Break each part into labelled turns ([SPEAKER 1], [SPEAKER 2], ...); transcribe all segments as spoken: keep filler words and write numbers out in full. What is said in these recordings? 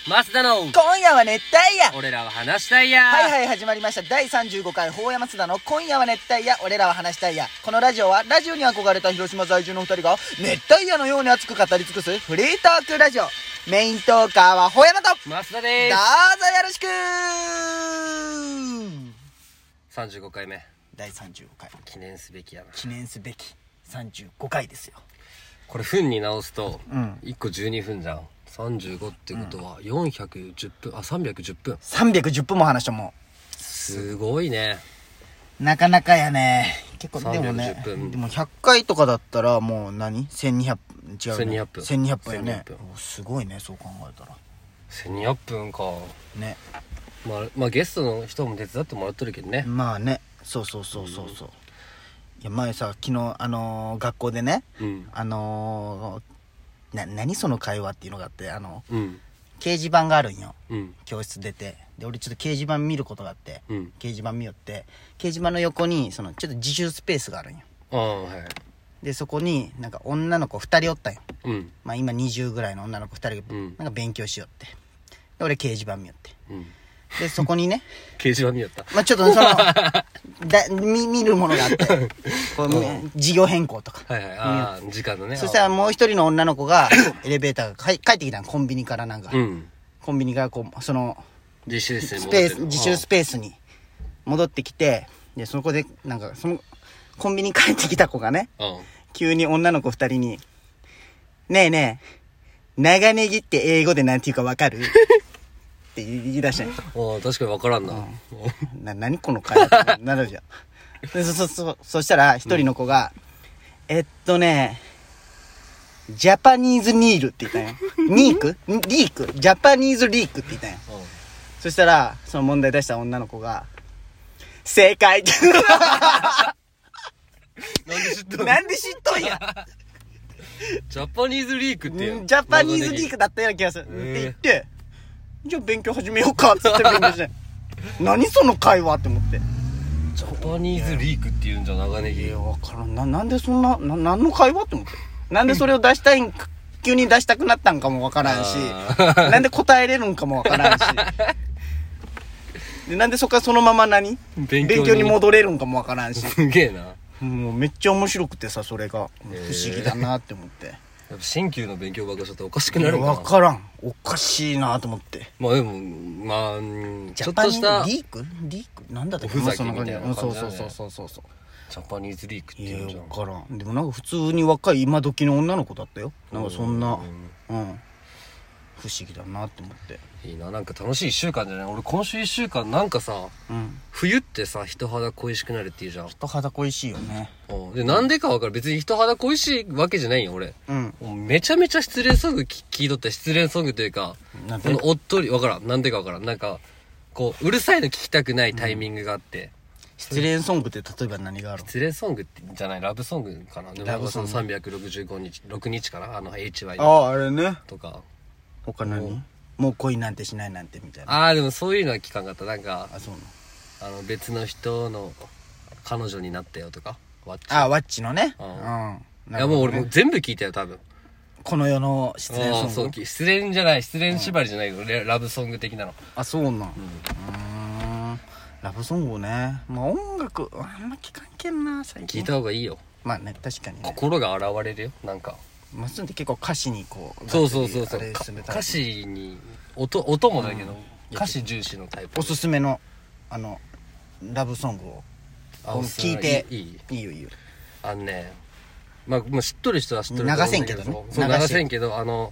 [SPEAKER 1] 増田の
[SPEAKER 2] 今夜は熱帯夜。
[SPEAKER 1] 俺らは話したいや。
[SPEAKER 2] はいはい、始まりました。だいさんじゅうごかいほうやまつだの今夜は熱帯夜、俺らは話したいや。このラジオはラジオに憧れた広島在住のふたりが熱帯夜のように熱く語り尽くすフリートークラジオ。メイントーカーはほうやまと
[SPEAKER 1] 増田で
[SPEAKER 2] どうぞ
[SPEAKER 1] す。
[SPEAKER 2] よろしく。
[SPEAKER 1] さんじゅうごかいめ、
[SPEAKER 2] だいさんじゅうごかい
[SPEAKER 1] 記念すべきやな。
[SPEAKER 2] 記念すべきさんじゅうごかいですよ。
[SPEAKER 1] これ分に直すと、
[SPEAKER 2] うん、
[SPEAKER 1] いっこじゅうにふんじゃん。さんじゅうごってことはよんひゃくじゅっぷん、あ、さんびゃくじゅっぷん。
[SPEAKER 2] さんびゃくじゅっぷんも話したもん。
[SPEAKER 1] すごいね。
[SPEAKER 2] なかなかやね。結構でもね
[SPEAKER 1] さんびゃくじゅっぷん
[SPEAKER 2] でもひゃっかいとかだったらもう何せんにひゃく違う、ね、
[SPEAKER 1] せんにひゃくぷん
[SPEAKER 2] せんにひゃくぷんよね。
[SPEAKER 1] せんにひゃくぷん
[SPEAKER 2] すごいね、そう考えたら
[SPEAKER 1] せんにひゃくぷんか
[SPEAKER 2] ね。
[SPEAKER 1] まあ、まあゲストの人も手伝ってもらっとるけどね。
[SPEAKER 2] まあね、そうそうそうそうそう、うん、いや前さ、昨日あのー、学校でね、
[SPEAKER 1] うん、
[SPEAKER 2] あのー、な何その会話っていうのがあって、あの、
[SPEAKER 1] うん、
[SPEAKER 2] 掲示板があるんよ、
[SPEAKER 1] うん、
[SPEAKER 2] 教室出て、で俺ちょっと掲示板見ることがあって、
[SPEAKER 1] うん、
[SPEAKER 2] 掲示板見よって、掲示板の横にそのちょっと自習スペースがあるんよ。
[SPEAKER 1] ああ、はい。
[SPEAKER 2] でそこになんか女の子ふたりおったんよ。
[SPEAKER 1] うん、
[SPEAKER 2] まあ今にじゅうぐらいの女の子ふたりがなんか勉強しよって、で俺掲示板見よって、うん、でそこにね
[SPEAKER 1] 掲示板見よった。
[SPEAKER 2] まあちょっとそのだ見見るものがあってこう授業変更とか、
[SPEAKER 1] はいはい、ああ時間のね。
[SPEAKER 2] そしたらもう一人の女の子がエレベーターが帰ってきたん、コンビニからなんか、うん、コンビニからこうその
[SPEAKER 1] 自習室に
[SPEAKER 2] スペース自習スペースに戻ってきて、でそこでなんかそのコンビニ帰ってきた子がね、うん、急に女の子二人にねえねえ長ネギって英語でなんていうかわかるって言い出したんよ。
[SPEAKER 1] ああ確かにわからんな、うん、
[SPEAKER 2] な何この会話ってなるじゃん。でそそそそしたら一人の子が、うん、えっとねジャパニーズニールって言ったんよ。ニークリークジャパニーズリークって言ったんよ、うん、そしたらその問題出した女の子が正解って
[SPEAKER 1] なんで知っとん
[SPEAKER 2] なんで知っとんや
[SPEAKER 1] ジャパニーズリークっていう
[SPEAKER 2] ジャパニーズリークだったような気がする、えー、って言って、じゃあ勉強始めようかっつって勉強して何その会話って思って、
[SPEAKER 1] ジャパニーズリークっていうんじゃ長ネギ。
[SPEAKER 2] いや分からん な, なんでそんなな何の会話って思って、なんでそれを出したいん急に出したくなったんかも分からんしなんで答えれるんかも分からんしでなんでそっからそのまま何勉強 に, 勉強に戻れるんかも分からんし
[SPEAKER 1] すげえな。
[SPEAKER 2] もうめっちゃ面白くてさ、それが不思議だなって思って、えー、
[SPEAKER 1] やっぱ新旧の勉強ばっかしちゃっておかしくなるんかな。
[SPEAKER 2] 分からん、おかしいなと思って。
[SPEAKER 1] まあでもまあちょっとした
[SPEAKER 2] リークリークなんだったっけ、
[SPEAKER 1] おふざけみたいな感じだね。
[SPEAKER 2] そうそうそうそうそうそう、
[SPEAKER 1] ジャパニーズリークっていうんじゃん。
[SPEAKER 2] いや分からん。でもなんか普通に若い今時の女の子だったよ。なんかそんなうん、うん、不思議だなって思って。
[SPEAKER 1] いいな、なんか楽しいいっしゅうかんじゃない。俺今週いっしゅうかんなんかさ、うん、冬ってさ人肌恋しくなるっていうじゃん。
[SPEAKER 2] 人肌恋しいよね。
[SPEAKER 1] でなんでか分かる。別に人肌恋しいわけじゃないよ俺、うん、もうめちゃめちゃ失恋ソング聴いとった。失恋ソングというかこのおっとり分からん、なんでか分からん、なんかこううるさいの聴きたくないタイミングがあって、うん、
[SPEAKER 2] 失恋ソングって例えば何があるの？
[SPEAKER 1] 失恋ソングってじゃない、ラブソングかな。
[SPEAKER 2] ラブソング
[SPEAKER 1] さんびゃくろくじゅうごにちろくにちかな、あの エイチワイ
[SPEAKER 2] あああれね
[SPEAKER 1] とか。
[SPEAKER 2] 他何？もう恋なんてしないなんてみたいな。
[SPEAKER 1] ああでもそういうのは聞かんかった。なんか
[SPEAKER 2] あそう
[SPEAKER 1] なの、あの別の人の彼女になったよとか、
[SPEAKER 2] ワッチ。あワッチのね、うん、うん
[SPEAKER 1] ね、いやもう俺もう全部聞いたよ多分。
[SPEAKER 2] この世の失恋ソング。
[SPEAKER 1] そう、失恋じゃない、失恋縛りじゃないよ、うん、ラブソング的なの。
[SPEAKER 2] あそうなん、うん、うーんラブソングね。まあ音楽あんま聞かんけんな最近。
[SPEAKER 1] 聞いた方がいいよ。
[SPEAKER 2] まあね確かにね、
[SPEAKER 1] 心が現れるよ。なんか
[SPEAKER 2] まっすんって結構歌詞にこう
[SPEAKER 1] そうそうそうそう、歌詞に 音, 音もだけど、うん、歌詞重視のタイプ。
[SPEAKER 2] おすすめのあのラブソングを聞いて。
[SPEAKER 1] いい
[SPEAKER 2] いいよいいよ。
[SPEAKER 1] あのね、まあもう知っとる人は知っとる
[SPEAKER 2] 流せんけどね。
[SPEAKER 1] そう流せんけど、あの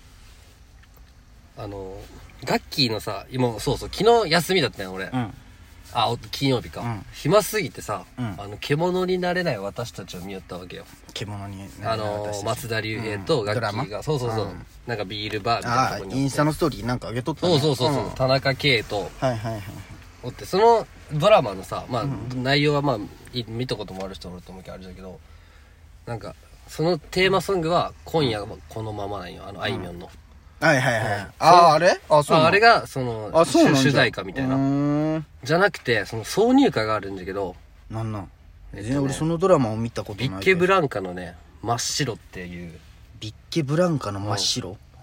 [SPEAKER 1] あのガッキーのさ、今そうそう昨日休みだったよ俺、うん、あ金曜日か、うん、暇すぎてさ、うん、あの獣になれない私たちを見よったわけよ。
[SPEAKER 2] 獣になれ
[SPEAKER 1] ない私たち、あの松田龍平とガッキーが、うん、そうそうそう、うん、なんかビールバーみたいなとこに、
[SPEAKER 2] あインスタのストーリーなんか上げとったね。
[SPEAKER 1] そうそうそうそう、うん、田中圭と
[SPEAKER 2] はいはいはい
[SPEAKER 1] おって、そのドラマのさ、まあ、うん、内容はまあ見たこともある人おると思うけどあれだけど、なんかそのテーマソングは今夜このままなんよ、あのあいみょんの、
[SPEAKER 2] うん、はいはいはい、うん、あああれあそう
[SPEAKER 1] ああれがその
[SPEAKER 2] あそう
[SPEAKER 1] 主題歌みたいなじゃなくて、その挿入歌があるんだけど。
[SPEAKER 2] なんなん、えっとね、俺そのドラマを見たことない。
[SPEAKER 1] ビッケブランカのね真っ白っていう。
[SPEAKER 2] ビッケブランカの真っ白、うん、へ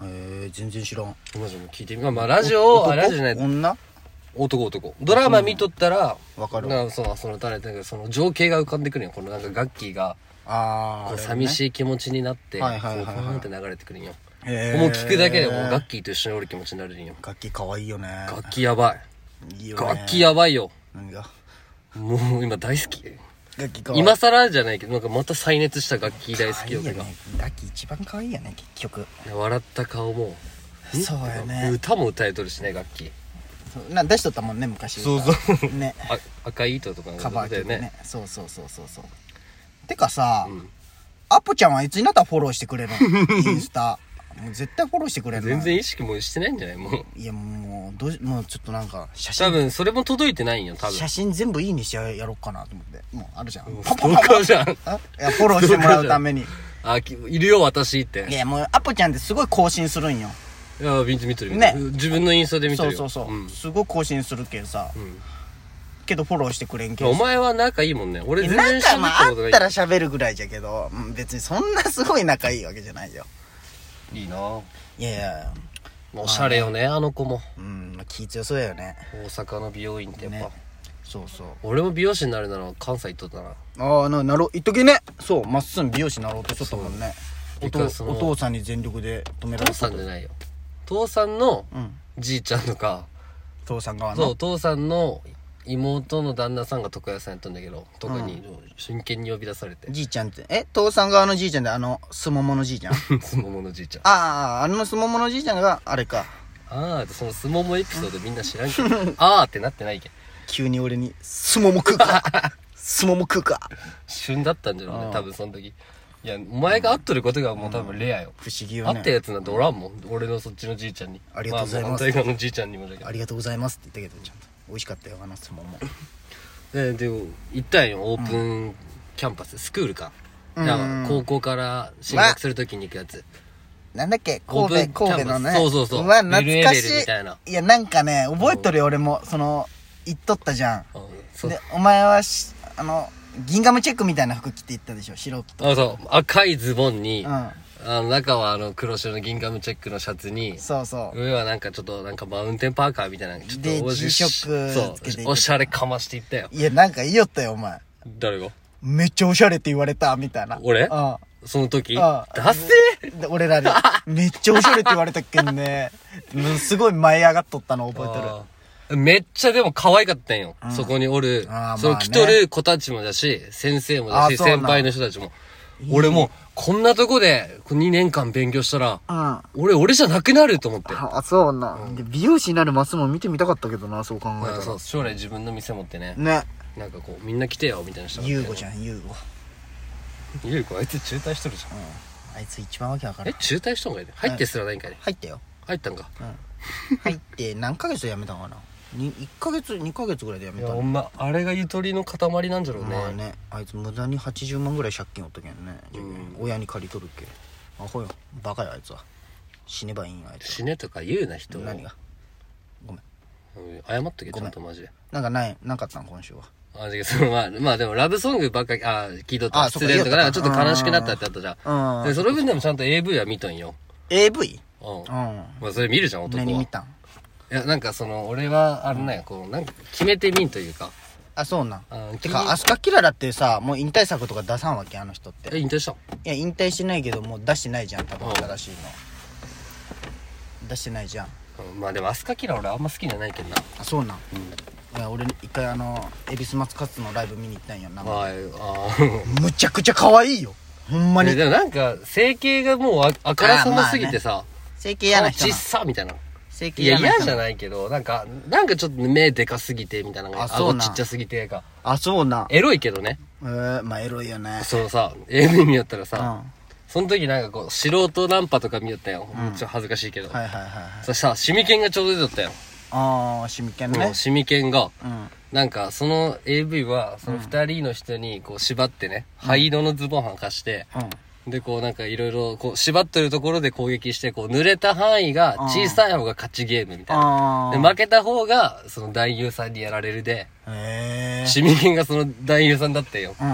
[SPEAKER 2] え全然知らん。
[SPEAKER 1] マジも聞いてみ。まあまあラジオ、あ、ラジオじゃない。
[SPEAKER 2] 女
[SPEAKER 1] 男男。ドラマ見とったら、
[SPEAKER 2] わかる
[SPEAKER 1] なその、その、誰だけど、その情景が浮かんでくるんよ。このなんかガッキーが、
[SPEAKER 2] ああ、
[SPEAKER 1] 寂しい気持ちになって、
[SPEAKER 2] はいはいはいはい、
[SPEAKER 1] こうふーんって流れてくるんよ。
[SPEAKER 2] へー
[SPEAKER 1] もう聞くだけでもうガッキーと一緒におる気持ちになるんよ。
[SPEAKER 2] ガッキー可愛いよね。
[SPEAKER 1] ガッキーやばい。
[SPEAKER 2] いいよね。
[SPEAKER 1] ガッキーやばいよ。
[SPEAKER 2] 何が
[SPEAKER 1] もう今大好き。
[SPEAKER 2] ガッキー可愛い。
[SPEAKER 1] 今更じゃないけど、なんかまた再熱したガッキー大好きよ、
[SPEAKER 2] ね、ガッキー一番可愛いよね、結局。
[SPEAKER 1] 笑った顔も。
[SPEAKER 2] そうやね。
[SPEAKER 1] 歌も歌えとるしね、ガッキー。
[SPEAKER 2] な出しとったもんね、昔。
[SPEAKER 1] そうそう。
[SPEAKER 2] ね。
[SPEAKER 1] あ赤い糸とか
[SPEAKER 2] カバー曲
[SPEAKER 1] ね。
[SPEAKER 2] ね。そうそうそうそうそう。てかさ、
[SPEAKER 1] うん、
[SPEAKER 2] アポちゃんはいつになったらフォローしてくれるのインスタ。もう絶対フォローしてくれるの。
[SPEAKER 1] 全然意識もしてないんじゃないもう。
[SPEAKER 2] いやもう、どうもうちょっとなんか、写真。
[SPEAKER 1] 多分、それも届いてないんよ、多分。
[SPEAKER 2] 写真全部いいにしてやろうかなと思って。もうあるじゃん。
[SPEAKER 1] ストーカーじゃん。
[SPEAKER 2] あいや、フォローしてもらうために。
[SPEAKER 1] あ、いるよ、私って。
[SPEAKER 2] いや、もうアポちゃんってすごい更新するんよ。
[SPEAKER 1] いや、見て見てる。
[SPEAKER 2] ね。
[SPEAKER 1] 自分のインスタで見てるよ。
[SPEAKER 2] そうそうそう。うん、すごい更新するけどさ。うん、けどフォローしてくれんけど。
[SPEAKER 1] お前は仲いいもんね。俺全然
[SPEAKER 2] 知らない。仲まああったら喋るぐらいじゃけど、うん、別にそんなすごい仲いいわけじゃないよ。
[SPEAKER 1] いいな。
[SPEAKER 2] いやいや。
[SPEAKER 1] おしゃれよね、あの子も。
[SPEAKER 2] うん、気強そうだよね。
[SPEAKER 1] 大阪の美容院ってやっぱ。ね、
[SPEAKER 2] そうそう。
[SPEAKER 1] 俺も美容師になるなら関西行っとったな。
[SPEAKER 2] ああ、な、なろう、言っとけね。そう、まっすぐ美容師になろうとしとったもんね。お父、お父さんに全力で止められた。
[SPEAKER 1] 父さんじゃないよ。父さんのじいちゃんとか、
[SPEAKER 2] うん、父さん側の。
[SPEAKER 1] そう、父さんの妹の旦那さんが床屋さんやったんだけど、特に真剣に呼び出されて。
[SPEAKER 2] じいちゃんって、え、父さん側のじいちゃんであの、すもものじいちゃん
[SPEAKER 1] すもものじいちゃん。
[SPEAKER 2] ああ、あのすもものじいちゃんが、あれか。
[SPEAKER 1] ああ、そのすももエピソードみんな知らんけど、ああってなってないけん。
[SPEAKER 2] 急に俺に、すもも食うかすもも食うか
[SPEAKER 1] 旬だったんじゃろうね、多分その時。いや、お前が会っとることがもう多分レアよ。
[SPEAKER 2] 不思議よね。
[SPEAKER 1] 会ったやつなんておらんもん。俺のそっちのじいちゃんに。
[SPEAKER 2] ありがとうございます。
[SPEAKER 1] まあ、反対側のじいちゃんにもだけど。
[SPEAKER 2] ありがとうございますって言ったけど、ちゃんと。美味しかったよ、あのすもも。
[SPEAKER 1] で、でも、行ったんよ、オープンキャンパス。スクールか。だから高校から進学するときに行くやつ。
[SPEAKER 2] なんだっけ神戸、神戸のね。
[SPEAKER 1] そうそうそう。
[SPEAKER 2] うわ、懐かしい。
[SPEAKER 1] みたいな。
[SPEAKER 2] いや、なんかね、覚えとるよ、俺も。その、行っとったじゃん。で、お前はし、あの、ギンガムチェックみたいな服着て行ったでしょ、白着と。
[SPEAKER 1] あ、そう。赤いズボンに、うん、あの、中はあの、黒白のギンガムチェックのシャツに、
[SPEAKER 2] そうそう。
[SPEAKER 1] 上はなんかちょっと、なんかマウンテンパーカーみたいな、ちょっと
[SPEAKER 2] で、G ショックつけて
[SPEAKER 1] そう、おしゃれかましていったよ。
[SPEAKER 2] いや、なんか言いよったよ、お前。
[SPEAKER 1] 誰が
[SPEAKER 2] めっちゃおしゃれって言われた、みたいな。
[SPEAKER 1] 俺
[SPEAKER 2] うん。
[SPEAKER 1] その時
[SPEAKER 2] ああ
[SPEAKER 1] ダッセ
[SPEAKER 2] ー俺らで、めっちゃおしゃれって言われたっけんね。すごい舞い上がっとったの覚えと
[SPEAKER 1] る。めっちゃでも可愛かったんよ。うん、そこにおる、その来とる子たちもだし、先生もだし、先輩の人たちも。俺も、こんなとこでにねんかん勉強したら、うん、俺、俺じゃなくなると思って。
[SPEAKER 2] あ、そうな。うん、で美容師になるマスも見てみたかったけどな、そう考えたら。
[SPEAKER 1] そう、将来自分の店持ってね。
[SPEAKER 2] ね。
[SPEAKER 1] なんかこう、みんな来てよ、みたいな人が。
[SPEAKER 2] ユーゴじゃん、ユーゴ。
[SPEAKER 1] ユーゴ、あいつ中退しとるじゃん。うん。
[SPEAKER 2] あいつ一番わけわからん。
[SPEAKER 1] え、中退しとんかいね。入ってすらないんかいね。
[SPEAKER 2] 入ったよ。
[SPEAKER 1] 入ったんか。
[SPEAKER 2] うん。入って何ヶ月で辞めたんかな。いっかげつ、にかげつぐらいで辞めた。いや、
[SPEAKER 1] ほんま、あれがゆとりの塊なんじゃろうね。
[SPEAKER 2] まあね、あいつ無駄にはちじゅうまんぐらい借金おったけんね。うん、親に借りとるっけ。アホよ。バカよ、あいつは。死ねばいいんよ、あいつは。
[SPEAKER 1] 死ねとか言うな、人。
[SPEAKER 2] 何がごめん。
[SPEAKER 1] 謝っとけ、ちゃんとマジで。
[SPEAKER 2] なんかない、なかったん、今週は。
[SPEAKER 1] あ、違う、その、まあ、まあでも、ラブソングばっかり、あ、聞いとった。失恋とか、なんかちょっと悲しくなったってあったじゃん。で、その分でもちゃんと エーブイ は見とんよ。
[SPEAKER 2] エーブイ？
[SPEAKER 1] うん。うん。まあ、それ見るじゃん、男は。
[SPEAKER 2] 何見たん？
[SPEAKER 1] いや、なんかその、俺は、あのね、こう、なんか、決めてみんというか。
[SPEAKER 2] あ、そうなん。てか、アスカキララってさ、もう引退作とか出さんわけ、あの人って。
[SPEAKER 1] え、引退したの？
[SPEAKER 2] いや、引退してないけど、もう出してないじゃん、多分新しいの。出してないじゃん。
[SPEAKER 1] まあでも、アスカキララ俺あんま好きじゃないけどな。
[SPEAKER 2] あ、そうなん。いや、俺、一回あの、恵比寿松カツのライブ見に行ったんやな。
[SPEAKER 1] ああ。
[SPEAKER 2] むちゃくちゃ可愛いよ。ほんまに。
[SPEAKER 1] でもなんか、整形がもうあ、あからさますぎてさ。
[SPEAKER 2] 整形嫌な人な。
[SPEAKER 1] ちっさみたいな。
[SPEAKER 2] 整形
[SPEAKER 1] いや、嫌じゃないけど、なんか、なんかちょっと目でかすぎて、みたいなのが。顎ちっちゃすぎてか。
[SPEAKER 2] あ、そうな。
[SPEAKER 1] エロいけどね。
[SPEAKER 2] えー、まあエロいよね。
[SPEAKER 1] そのさ、エーブイ 見よったらさ、その時なんかこう、素人ナンパとか見よったよ。めっちゃ恥ずかしいけど。
[SPEAKER 2] はいはいはい。
[SPEAKER 1] そしたら、シミケンがちょうど出とったよ。
[SPEAKER 2] ああ、シミケンね。
[SPEAKER 1] シミケンが、なんか、その エーブイ は、その二人の人にこう縛ってね、灰色のズボン履かして、で、こうなんかいろいろ、こう縛ってるところで攻撃して、こう濡れた範囲が小さい方が勝ちゲームみたいな。で、負けた方が、その男優さんにやられるで、へー。シミケンがその男優さんだったよ。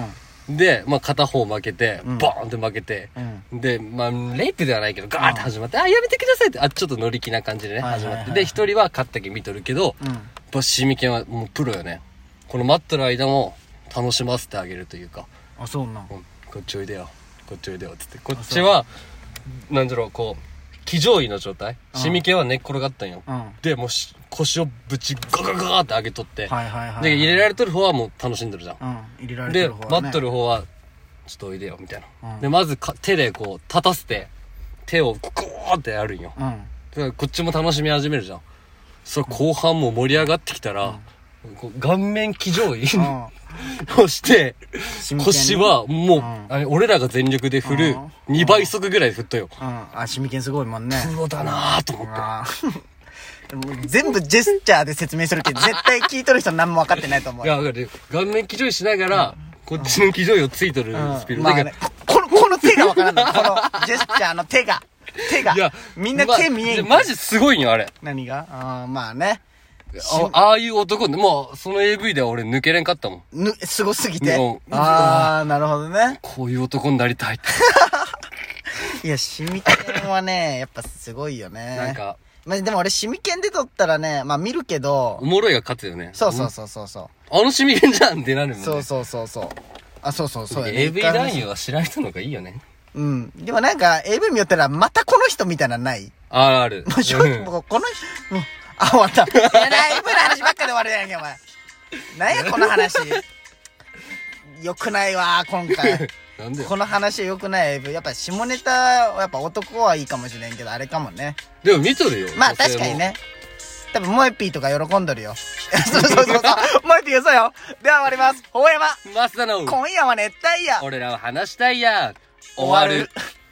[SPEAKER 1] で、まあ片方負けて、
[SPEAKER 2] うん
[SPEAKER 1] ボーンって負けて、
[SPEAKER 2] うん
[SPEAKER 1] で、まあレイプではないけど、ガーって始まって、あ、やめてくださいって、あ、ちょっと乗り気な感じでね、
[SPEAKER 2] はいはいはいはい
[SPEAKER 1] 始まって。で、一人は勝ったけ見とるけど、
[SPEAKER 2] うん
[SPEAKER 1] やっぱシミケンはもうプロよね。この待ってる間も楽しませてあげるというか、
[SPEAKER 2] あそうなん
[SPEAKER 1] うんこっちおいでよ、こっちおいでよ、つって。こっちは、なんだろう、こう、騎乗位の状態。シミケンは寝っ転がったんよ。
[SPEAKER 2] うん
[SPEAKER 1] で、もうし腰をぶちガガガガーって上げとって、
[SPEAKER 2] はいはいはい
[SPEAKER 1] で、入れられとる方はもう楽しんでるじゃん。
[SPEAKER 2] うん入れられて
[SPEAKER 1] で、
[SPEAKER 2] る方はね
[SPEAKER 1] 待っとる方は、ちょっとおいでよ、みたいな。
[SPEAKER 2] うん
[SPEAKER 1] で、まずか手でこう、立たせて、手をグーってやるんよ。
[SPEAKER 2] うん
[SPEAKER 1] だからこっちも楽しみ始めるじゃん。それ後半も盛り上がってきたら、こう顔面騎乗位
[SPEAKER 2] うん
[SPEAKER 1] をして、
[SPEAKER 2] 真剣に
[SPEAKER 1] 腰はもう、
[SPEAKER 2] ん
[SPEAKER 1] あれ俺らが全力で振るにばい速ぐらい振ったよ。
[SPEAKER 2] うんあシミケンすごいもんね
[SPEAKER 1] プロだなぁと思って。
[SPEAKER 2] あーもう全部ジェスチャーで説明するけど絶対聞いとる人何も分かってないと思う
[SPEAKER 1] いや、だから顔面騎乗位しながら、こっちの騎乗位をついとる
[SPEAKER 2] うん
[SPEAKER 1] スピード。
[SPEAKER 2] まあね
[SPEAKER 1] だから
[SPEAKER 2] このこの手が分からんのこのジェスチャーの手が手が
[SPEAKER 1] いや、
[SPEAKER 2] みんな手見えん
[SPEAKER 1] まマジすごいんよ、あれ。
[SPEAKER 2] 何があーまあね
[SPEAKER 1] あああいう男で、もう、その エーブイ では俺抜けれんかったもん。
[SPEAKER 2] ぬすごすぎて
[SPEAKER 1] うん
[SPEAKER 2] ああなるほどね
[SPEAKER 1] こういう男になりたいって。
[SPEAKER 2] いやシミケンはねやっぱすごいよね
[SPEAKER 1] なんか、
[SPEAKER 2] まあ、でも俺シミケンで撮ったらねまあ見るけど
[SPEAKER 1] おもろいが勝つよね。
[SPEAKER 2] そうそうそうそうそう
[SPEAKER 1] あのシミケンじゃんってなるもんね。
[SPEAKER 2] そうそうそうそうあそうそうそうやね
[SPEAKER 1] エーブイ 男優は知らん人の方がいいよね。
[SPEAKER 2] うんでもなんか エーブイ 見よったらまたこの人みたいなのない
[SPEAKER 1] あるある。
[SPEAKER 2] もう正直もうこのもうあ終わったいやだエーブイ の話ばっかで終わるやんけお前なんやこの話よくないわ今回
[SPEAKER 1] なんで
[SPEAKER 2] この話はよくないエーブイやっぱ下ネタはやっぱ男はいいかもしれんけどあれかもね
[SPEAKER 1] でも見とるよ。
[SPEAKER 2] まあ
[SPEAKER 1] 女性も
[SPEAKER 2] 確かに。ね多分モエピーとか喜んどるよそうそうそうそうモエピー嘘よでは終わります大山
[SPEAKER 1] マスダの、
[SPEAKER 2] 今夜は熱帯夜
[SPEAKER 1] 俺らは話したいや。
[SPEAKER 2] 終わる。